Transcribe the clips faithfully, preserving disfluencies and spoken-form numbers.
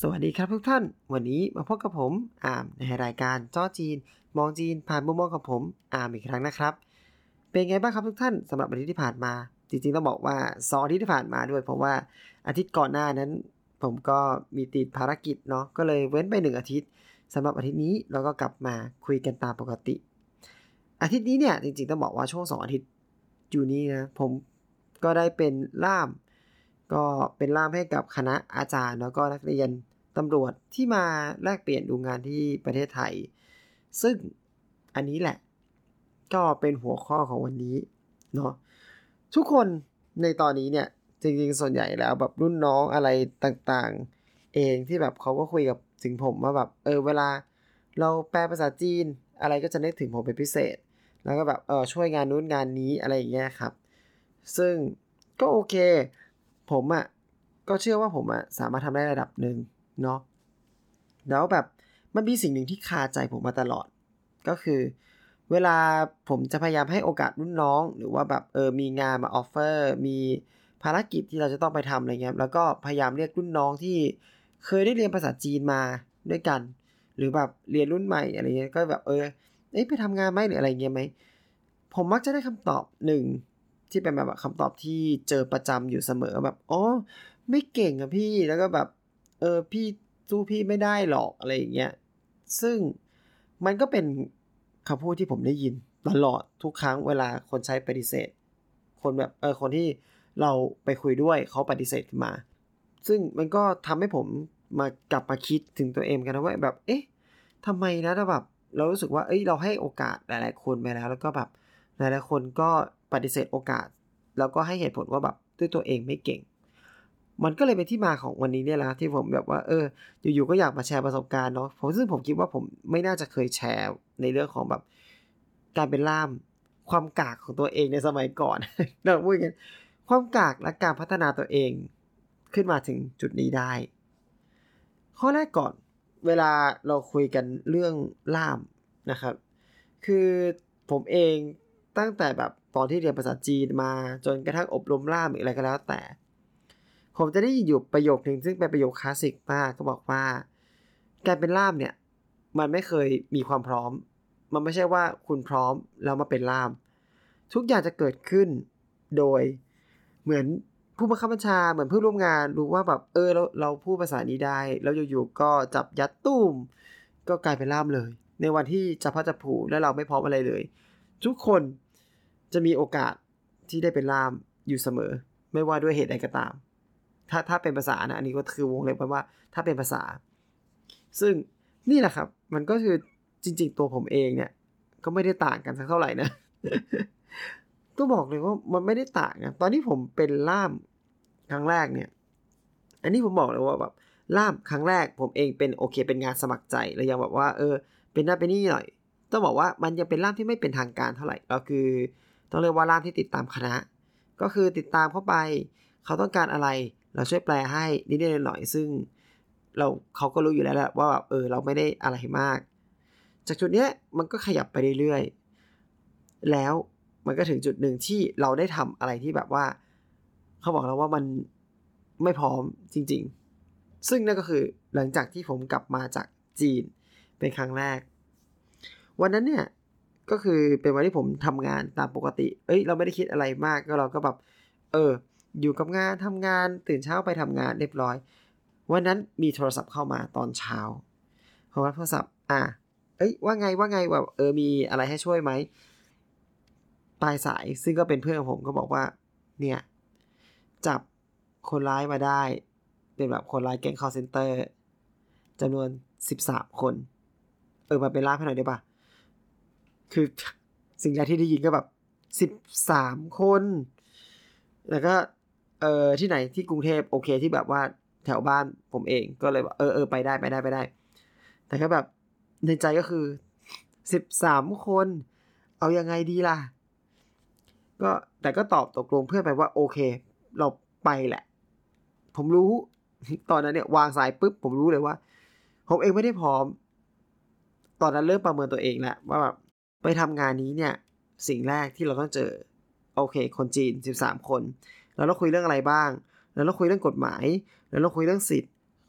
สวัสดีครับทุกท่านวันนี้มาพบกับผมอาร์มในรายการจ้อจีนมองจีนผ่านมุมมองของผมอาร์มอีกครั้งนะครับเป็นไงบ้างครับทุกท่านสำหรับอาทิตย์ที่ผ่านมาจริงๆต้องบอกว่าสองอาทิตย์ที่ผ่านมาด้วยเพราะว่าอาทิตย์ก่อนหน้านั้นผมก็มีติดภารกิจเนาะก็เลยเว้นไปหนึ่งอาทิตย์สำหรับอาทิตย์นี้เราก็กลับมาคุยกันตามปกติอาทิตย์นี้เนี่ยจริงๆต้องบอกว่าช่วงสองอาทิตย์อยู่นี้นะผมก็ได้เป็นล่ามก็เป็นล่ามให้กับคณะอาจารย์แล้วก็นักเรียนตำรวจที่มาแลกเปลี่ยนดูงานที่ประเทศไทยซึ่งอันนี้แหละก็เป็นหัวข้อของวันนี้เนาะทุกคนในตอนนี้เนี่ยจริงๆส่วนใหญ่แล้วแบบรุ่นน้องอะไรต่างๆเองที่แบบเขาก็คุยกับถึงผมว่าแบบเออเวลาเราแปลภาษาจีนอะไรก็จะนึกถึงผมเป็นพิเศษแล้วก็แบบเออช่วยงานนู้นงานนี้อะไรอย่างเงี้ยครับซึ่งก็โอเคผมอ่ะก็เชื่อว่าผมอ่ะสามารถทำได้ระดับหนึ่งเนาะแล้วแบบมันมีสิ่งหนึ่งที่คาใจผมมาตลอดก็คือเวลาผมจะพยายามให้โอกาสรุ่นน้องหรือว่าแบบเออมีงานมาออฟเฟอร์มีภารกิจที่เราจะต้องไปทำอะไรเงี้ยแล้วก็พยายามเรียกรุ่นน้องที่เคยได้เรียนภาษาจีนมาด้วยกันหรือแบบเรียนรุ่นใหม่อะไรเงี้ยก็แบบเออเอ๊ะไปทำงานไหมหรืออะไรเงี้ยไหมผมมักจะได้คำตอบหนึ่งที่เป็นแบบคำตอบที่เจอประจำอยู่เสมอแบบอ๋อไม่เก่งอะพี่แล้วก็แบบเออพี่สู้พี่ไม่ได้หรอกอะไรอย่างเงี้ยซึ่งมันก็เป็นคำพูดที่ผมได้ยินตลอดทุกครั้งเวลาคนใช้ปฏิเสธคนแบบเออคนที่เราไปคุยด้วยเขาปฏิเสธขึ้นมาซึ่งมันก็ทำให้ผมมากลับมาคิดถึงตัวเองกันนะว่าแบบเอ๊ะทำไมนะถ้าแบบเรารู้สึกว่าเอ้ยเราให้โอกาสหลายๆคนไปแล้วแล้วก็แบบหลายๆคนก็ปฏิเสธโอกาสแล้วก็ให้เหตุผลว่าแบบด้วยตัวเองไม่เก่งมันก็เลยเป็นที่มาของวันนี้เนี่ยแหละที่ผมแบบว่าเอออยู่ๆก็อยากมาแชร์ประสบการณ์เนาะผมซึ่งผมคิดว่าผมไม่น่าจะเคยแชร์ในเรื่องของแบบการเป็นล่ามความกากของตัวเองในสมัยก่อน เราพูดกันความกากและการพัฒนาตัวเองขึ้นมาถึงจุดนี้ได้ข้อแรกก่อนเวลาเราคุยกันเรื่องล่ามนะครับคือผมเองตั้งแต่แบบตอนที่เรียนภาษาจีนมาจนกระทั่งอบรมล่ามหรืออะไรก็แล้วแต่ผมจะได้ยินอยู่ประโยคนึงซึ่งเป็นประโยคคลาสสิกมากก็บอกว่าการเป็นล่ามเนี่ยมันไม่เคยมีความพร้อมมันไม่ใช่ว่าคุณพร้อมแล้วมาเป็นล่ามทุกอย่างจะเกิดขึ้นโดยเหมือนผู้บังคับบัญชาเหมือนเพื่อนร่วมงานรู้ว่าแบบเออเราเราพูดภาษานี้ได้แล้วอยู่ๆก็จับยัดตุ้มก็กลายเป็นล่ามเลยในวันที่จะพัดจะผูและเราไม่พร้อมอะไรเลยทุกคนจะมีโอกาสที่ได้เป็นล่ามอยู่เสมอไม่ว่าด้วยเหตุใดก็ตามถ้าถ้าเป็นภาษานะอันนี้ก็คือวงเล็บไว้ว่าถ้าเป็นภาษาซึ่งนี่แหละครับมันก็คือจริงๆตัวผมเองเนี่ยก็ไม่ได้ต่างกันสักเท่าไหร่นะ ต้องบอกเลยว่ามันไม่ได้ต่างนะตอนที่ผมเป็นล่ามครั้งแรกเนี่ยอันนี้ผมบอกเลยว่าแบบล่ามครั้งแรกผมเองเป็นโอเคเป็นงานสมัครใจแล้วยังแบบว่าเออเป็นนั่นเป็นนี่หน่อยต้องบอกว่ามันยังเป็นล่ามที่ไม่เป็นทางการเท่าไหร่ก็คือต้องเรียกว่าล่ามที่ติดตามคณะก็คือติดตามเข้าไปเขาต้องการอะไรเราช่วยแปลให้นิดๆหน่อยๆซึ่งเราเขาก็รู้อยู่แล้วแหละว่าแบบเออเราไม่ได้อะไรมากจากจุดเนี้ยมันก็ขยับไปเรื่อยๆแล้วมันก็ถึงจุดหนึ่งที่เราได้ทำอะไรที่แบบว่าเขาบอกแล้วว่ามันไม่พร้อมจริงๆซึ่งนั่นก็คือหลังจากที่ผมกลับมาจากจีนเป็นครั้งแรกวันนั้นเนี่ยก็คือเป็นวันที่ผมทำงานตามปกติเอ้ยเราไม่ได้คิดอะไรมากก็เราก็แบบเอออยู่กับงานทำงานตื่นเช้าไปทำงานเรียบร้อยวันนั้นมีโทรศัพท์เข้ามาตอนเช้าพอรับโทรศัพท์อ่ะเอ้ยว่าไงว่าไงแบบเออมีอะไรให้ช่วยไหมปลายสายซึ่งก็เป็นเพื่อนของผมก็บอกว่าเนี่ยจับคนร้ายมาได้เป็นแบบคนร้ายแก๊ง call center จำนวนสิบสามคนเออมาเป็นล่ามให้หน่อยได้ป่ะคือสิ่งแรกที่ได้ยินก็แบบสิบสามคนแล้วก็เอ่อที่ไหนที่กรุงเทพโอเคที่แบบว่าแถวบ้านผมเองก็เลยว่าเออเออไปได้ไปได้ไปได้แต่ก็แบบในใจก็คือสิบสามคนเอายังไงดีล่ะก็แต่ก็ตอบตกลงเพื่อนไปว่าโอเคเราไปแหละผมรู้ตอนนั้นเนี่ยวางสายปุ๊บผมรู้เลยว่าผมเองไม่ได้พร้อมตอนนั้นเริ่มประเมินตัวเองแล้วว่าแบบไปทำงานนี้เนี่ยสิ่งแรกที่เราต้องเจอโอเคคนจีนสิบสามคนแล้วเราคุยเรื่องอะไรบ้างแล้วเราคุยเรื่องกฎหมายแล้วเราคุยเรื่องสิทธิ์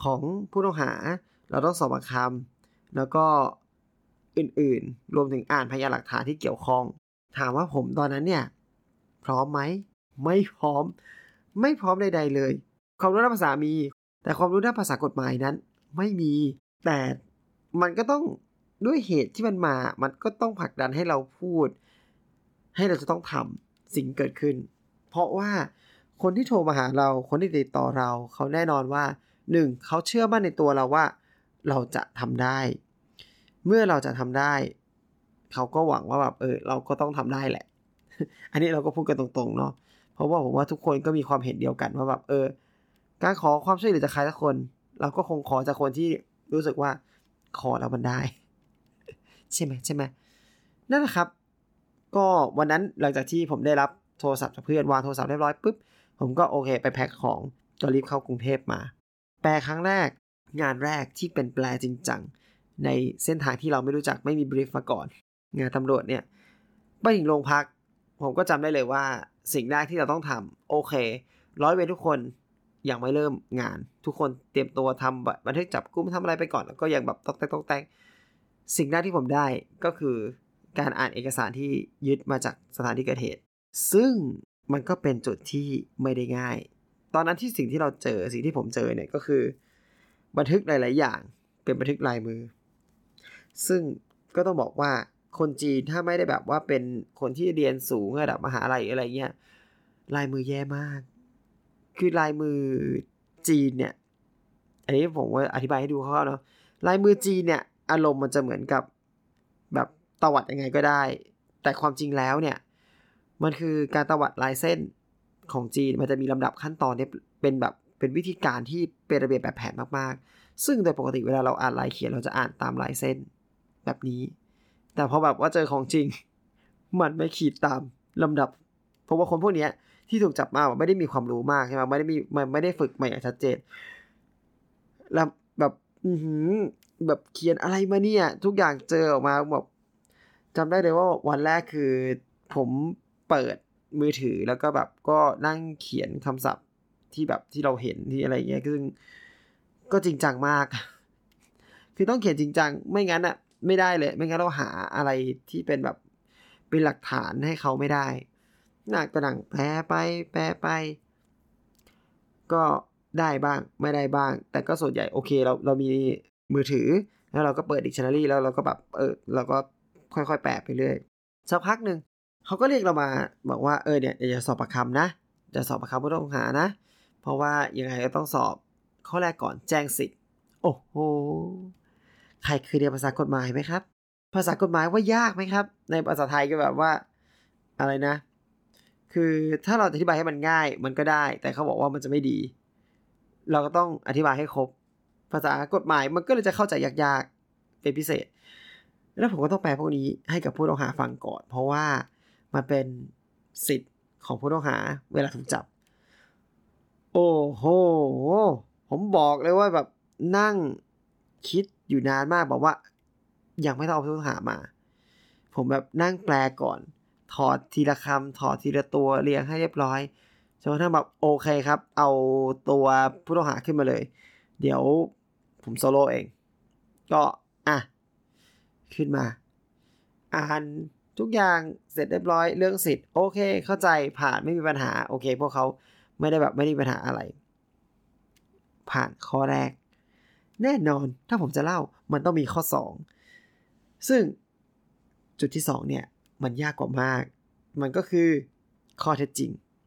ของผู้ต้องหาเราต้องสอบปากคำแล้วก็อื่นๆรวมถึงอ่านพยานหลักฐานที่เกี่ยวข้องถามว่าผมตอนนั้นเนี่ยพร้อมไหมไม่พร้อมไม่พร้อมใดๆเลยความรู้ด้านภาษามีแต่ความรู้ด้านภาษากฎหมายนั้นไม่มีแต่มันก็ต้องด้วยเหตุที่มันมามันก็ต้องผลักดันให้เราพูดให้เราจะต้องทำสิ่งเกิดขึ้นเพราะว่าคนที่โทรมาหาเราคนที่ติดต่อเราเขาแน่นอนว่าหนึ่งเขาเชื่อมั่นในตัวเราว่าเราจะทำได้เมื่อเราจะทำได้เขาก็หวังว่าแบบเออเราก็ต้องทำได้แหละ อันนี้เราก็พูดกันตรงๆเนาะเพราะว่าผมว่าทุกคนก็มีความเห็นเดียวกันว่าแบบเออการขอความช่วยเหลือจากใครสักคนเราก็คงขอจากคนที่รู้สึกว่าขอแล้วมันได้ ใช่ไหมใช่ไหมนั่นแหละครับก็วันนั้นหลังจากที่ผมได้รับโทรศัพท์จากเพื่อนวางโทรศัพท์เรียบร้อยปุ๊บผมก็โอเคไปแพ็คของก็รีบเข้ากรุงเทพมาแปลครั้งแรกงานแรกที่เป็นแปลจริงจังในเส้นทางที่เราไม่รู้จักไม่มีบรีฟมาก่อนงานตำรวจเนี่ยไปถึงโรงพักผมก็จำได้เลยว่าสิ่งแรกที่เราต้องทำโอเคร้อยเวรทุกคนยังไม่เริ่มงานทุกคนเตรียมตัวทำบันทึกจับกุมทำอะไรไปก่อนแล้วก็ยังแบบตอกแตกตอกแตกสิ่งแรกที่ผมได้ก็คือการอ่านเอกสารที่ยึดมาจากสถานที่เกิดเหตุซึ่งมันก็เป็นจุดที่ไม่ได้ง่ายตอนนั้นที่สิ่งที่เราเจอสิ่งที่ผมเจอเนี่ยก็คือบันทึกหลายๆอย่างเป็นบันทึกลายมือซึ่งก็ต้องบอกว่าคนจีนถ้าไม่ได้แบบว่าเป็นคนที่เรียนสูงระดับมหาลัยอะไรเงี้ยลายมือแย่มากคือลายมือจีนเนี่ยอันนี้ผมว่าอธิบายให้ดูคร่าวๆเนาะลายมือจีนเนี่ยอารมณ์มันจะเหมือนกับแบบตวัดยังไงก็ได้แต่ความจริงแล้วเนี่ยมันคือการตวัดลายเส้นของจีนมันจะมีลำดับขั้นตอนเนี่ยเป็นแบบเป็นวิธีการที่เป็นระเบียบแบบแผนมากๆซึ่งโดยปกติเวลาเราอ่านลายเขียนเราจะอ่านตามลายเส้นแบบนี้แต่พอแบบว่าเจอของจริงมันไม่ขีดตามลำดับเพราะว่าคนพวกนี้ที่ถูกจับมาไม่ได้มีความรู้มากใช่ไหมไม่ได้มีมันไม่ได้ฝึกมาอย่างชัดเจนแล้วแบบอือหือแบบเขียนอะไรมาเนี่ยทุกอย่างเจอออกมาแบบจำได้เลยว่าวันแรกคือผมเปิดมือถือแล้วก็แบบก็นั่งเขียนคำศัพท์ที่แบบที่เราเห็นที่อะไรเงี้ยซึ่งก็จริงจังมากคือต้องเขียนจริงจังไม่งั้นอ่ะไม่ได้เลยไม่งั้นเราหาอะไรที่เป็นแบบเป็นหลักฐานให้เขาไม่ได้น่าก็นั่งแปลไปแปลไปก็ได้บ้างไม่ได้บ้างแต่ก็ส่วนใหญ่โอเคเราเรามีมือถือแล้วเราก็เปิด dictionary แล้วเราก็แบบเออเราก็ค่อยๆแปลไปเรื่อยสักพักนึงเขาก็เรียกเรามาบอกว่าเออเนี่ยจะสอบปากคำนะจะสอบปากคำผู้ต้องหานะเพราะว่ายังไงก็ต้องสอบข้อแรกก่อนแจ้งสิทธิ์โอ้โหใครเคยเรียนภาษากฎหมายไหมครับภาษากฎหมายว่ายากไหมครับในภาษาไทยก็แบบว่าอะไรนะคือถ้าเราอธิบายให้มันง่ายมันก็ได้แต่เขาบอกว่ามันจะไม่ดีเราก็ต้องอธิบายให้ครบภาษากฎหมายมันก็เลยจะเข้าใจยากๆเป็นพิเศษแล้วผมก็ต้องแปลพวกนี้ให้กับผู้ต้องหาฟังก่อนเพราะว่ามันเป็นสิทธิ์ของผู้ต้องหาเวลาถูกจับโอ้โหผมบอกเลยว่าแบบนั่งคิดอยู่นานมากบอกว่ายังไม่ต้องเอาผู้ต้องหามาผมแบบนั่งแปลก่อนถอดทีละคำถอดทีละตัวเรียงให้เรียบร้อยจนกระทั่งแบบโอเคครับเอาตัวผู้ต้องหาขึ้นมาเลยเดี๋ยวผมโซโล่เองก็อ่ะขึ้นมาอ่านทุกอย่างเสร็จเรียบร้อยเรื่องสิทธิ์โอเคเข้าใจผ่านไม่มีปัญหาโอเคพวกเขาไม่ได้แบบไม่ได้มีปัญหาอะไรผ่านข้อแรกแน่นอนถ้าผมจะเล่ามันต้องมีข้อสองซึ่งจุดที่สองเนี่ยมันยากกว่ามากมันก็คือข้อเท็จจริง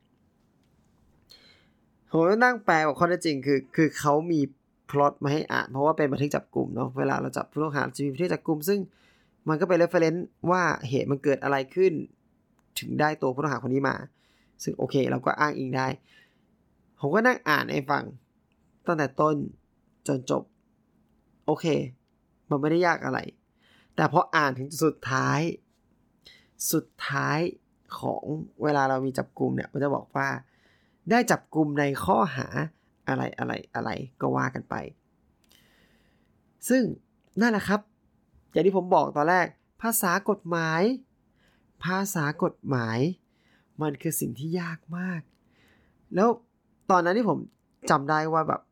ผมนั่งแปลว่าข้อเท็จจริงคือคือเขามีพล็อตมาให้อ่านเพราะว่าเป็นบันทึกจับกุมเนาะเวลาเราจับผู้ต้องหาจะมีบันทึกจับกุมซึ่งมันก็เป็น reference ว่าเหตุมันเกิดอะไรขึ้นถึงได้ตัวผู้ต้องหาคนนี้มาซึ่งโอเคเราก็อ้างอิงได้ผมก็นั่งอ่านให้ฟังตั้งแต่ต้นจนจบโอเคมันไม่ได้ยากอะไรแต่พออ่านถึงสุดท้ายสุดท้ายของเวลาเรามีจับกุมเนี่ยมันจะบอกว่าได้จับกุมในข้อหาอะไรอะไรอะไรก็ว่ากันไปซึ่งนั่นแหละครับอย่างที่ผมบอกตอนแรกภาษากฎหมายภาษากฎหมายมันคือสิ่งที่ยากมากแล้วตอนนั้นที่ผมจำได้ว่าแบบ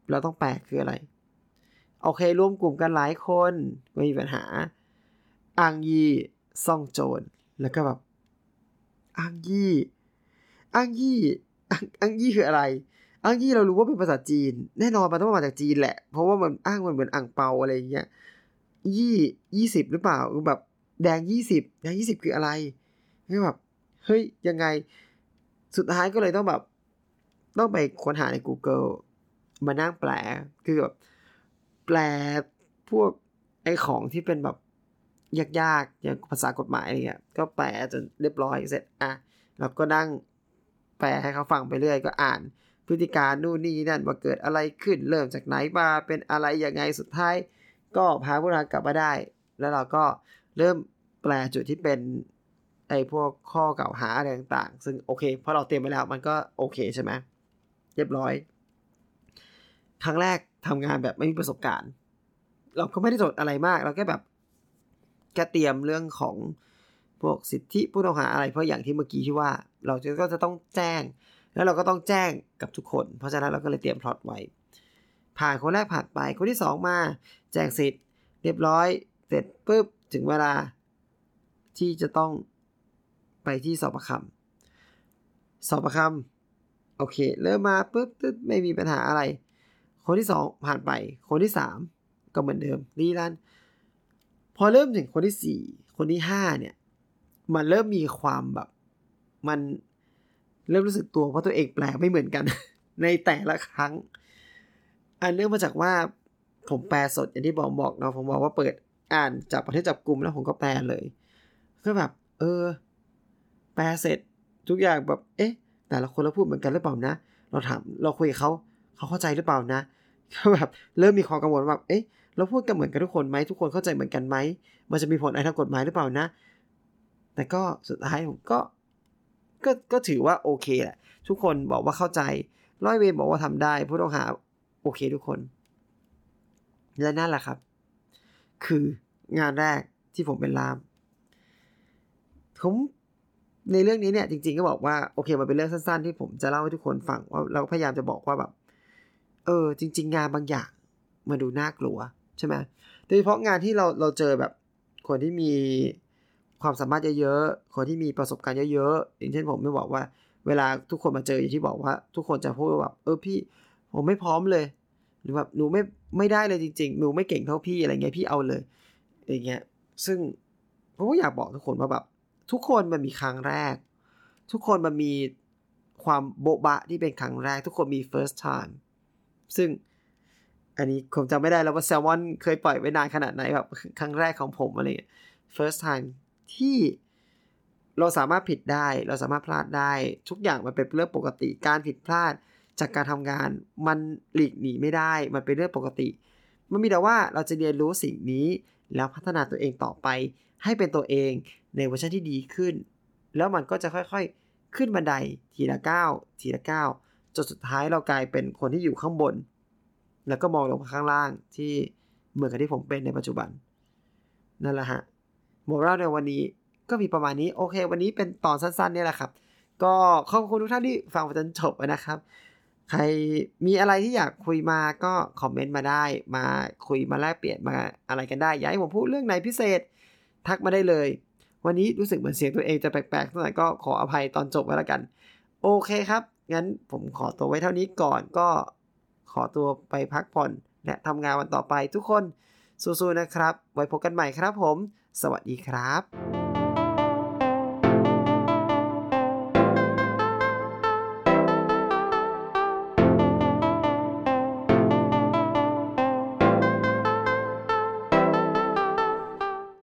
เราต้องแปลคืออะไรโอเครวมกลุ่มกันหลายคนไม่มีปัญหาอังยี่ซ่องโจรแล้วก็แบบอังยี่อังยี่อังอังยี่คืออะไรอังยี่เรารู้ว่าเป็นภาษาจีนแน่นอนมันต้องมาจากจีนแหละเพราะว่ามันอ้างมันเหมือนอ่างเปาอะไรอย่างเงี้ยยี่ยี่สิบหรือเปล่าแบบแดงยี่สิบแดงยี่สิบคืออะไรคือแบบเฮ้ยยังไงสุดท้ายก็เลยต้องแบบต้องไปค้นหาใน Google มานั่งแปลคือแบบแปลพวกไอ้ของที่เป็นแบบยากๆอย่างภาษากฎหมายอะไรเงี้ยก็แปลจนเรียบร้อยเสร็จอ่ะเราก็นั่งแปลให้เขาฟังไปเรื่อยก็อ่านพฤติการนู่นนี่นั่นว่าเกิดอะไรขึ้นเริ่มจากไหนมาเป็นอะไรยังไงสุดท้ายก็พาพวกเรากลับมาได้แล้วเราก็เริ่มแปลจุดที่เป็นไอ้พวกข้อกล่าวหาอะไรต่างๆซึ่งโอเคเพราะเราเตรียมไปแล้วมันก็โอเคใช่ไหมเรียบร้อยครั้งแรกทำงานแบบไม่มีประสบการณ์เราก็ไม่ได้จดอะไรมากเราแค่แบบแค่เตรียมเรื่องของพวกสิทธิผู้ต้องหาอะไรเพราะอย่างที่เมื่อกี้ที่ว่าเราจะก็จะต้องแจ้งแล้วเราก็ต้องแจ้งกับทุกคนเพราะฉะนั้นเราก็เลยเตรียมพล็อตไว้ผ่านคนแรกผ่านไปคนที่สองมาแจ้งสิทธิ์เรียบร้อยเสร็จปุ๊บถึงเวลาที่จะต้องไปที่สอบปากคำสอบปากคำโอเคเริ่มมาปุ๊บไม่มีปัญหาอะไรคนที่สองผ่านไปคนที่สามก็เหมือนเดิมรีรันพอเริ่มถึงคนที่สี่คนที่ห้าเนี่ยมันเริ่มมีความแบบมันเริ่มรู้สึกตัวว่าตัวเองแปลไม่เหมือนกัน ในแต่ละครั้งอันเนื่องมาจากว่าผมแปลสดอย่างที่บอกบอกเนาะผมบอกว่าเปิดอ่านจากประเทศจับกลุ่มแล้วผมก็แปลเลยก็แบบเออแปลเสร็จทุกอย่างแบบเอ๊ะแต่ละคนเราพูดเหมือนกันหรือเปล่านะเราถามเราคุยกับเขาเขาเข้าใจหรือเปล่านะก็แบบเริ่มมีความกังวลแบบเอ๊ะเราพูดกันเหมือนกันทุกคนไหมทุกคนเข้าใจเหมือนกันไหมมันจะมีผลอะไรทางกฎหมายหรือเปล่านะแต่ก็สุดท้ายผมก็ก็ก็ถือว่าโอเคแหละทุกคนบอกว่าเข้าใจร้อยเวรบอกว่าทำได้ผู้ต้องหาโอเคทุกคนและนั่นแหละครับคืองานแรกที่ผมเป็นล่ามผมในเรื่องนี้เนี่ยจริงๆก็บอกว่าโอเคมันเป็นเรื่องสั้นๆที่ผมจะเล่าให้ทุกคนฟังว่าเราพยายามจะบอกว่าแบบเออจริงๆงานบางอย่างมันดูน่ากลัวใช่ไหมโดยเฉพาะงานที่เราเราเจอแบบคนที่มีความสามารถเยอะๆคนที่มีประสบการณ์เยอะๆอย่างเช่นผมไม่บอกว่าเวลาทุกคนมาเจออย่างที่บอกว่าทุกคนจะพูดว่าแบบเออพี่ผมไม่พร้อมเลยหรือแบบหนูไม่ไม่ได้เลยจริงๆหนูไม่เก่งเท่าพี่อะไรเงี้ยพี่เอาเลยอย่างเงี้ยซึ่งผมก็อยากบอกทุกคนว่าแบบทุกคนมันมีครั้งแรกทุกคนมันมีความโบ๊ะบะที่เป็นครั้งแรกทุกคนมี first time ซึ่งอันนี้ผมจำไม่ได้แล้วว่าแซลมอนเคยปล่อยไว้นานขนาดไหนแบบครั้งแรกของผมอะไรเงี้ย first time ที่เราสามารถผิดได้เราสามารถพลาดได้ทุกอย่างมันเป็นเรื่องปกติการผิดพลาดจากการทำงานมันหลีกหนีไม่ได้มันเป็นเรื่องปกติมันมีแต่ว่าเราจะเรียนรู้สิ่งนี้แล้วพัฒนาตัวเองต่อไปให้เป็นตัวเองในเวอร์ชันที่ดีขึ้นแล้วมันก็จะค่อยๆขึ้นบันไดทีละก้าวทีละก้าวจนสุดท้ายเรากลายเป็นคนที่อยู่ข้างบนแล้วก็มองลงมาข้างล่างที่เหมือนกับที่ผมเป็นในปัจจุบันนั่นแหละฮะโมรัลในวันนี้ก็มีประมาณนี้โอเควันนี้เป็นตอนสั้นๆเนี่ยแหละครับก็ขอบคุณทุกท่านที่ฟังจนจบนะครับใครมีอะไรที่อยากคุยมาก็คอมเมนต์มาได้มาคุยมาแลกเปลี่ยนมาอะไรกันได้อยากให้ผมพูดเรื่องไหนพิเศษทักมาได้เลยวันนี้รู้สึกเหมือนเสียงตัวเองจะแปลกๆสักหน่อยก็ขออภัยตอนจบไว้แล้วกันโอเคครับงั้นผมขอตัวไว้เท่านี้ก่อนก็ขอตัวไปพักผ่อนและทำงานวันต่อไปทุกคนสู้ๆนะครับไว้พบกันใหม่ครับผมสวัสดีครับ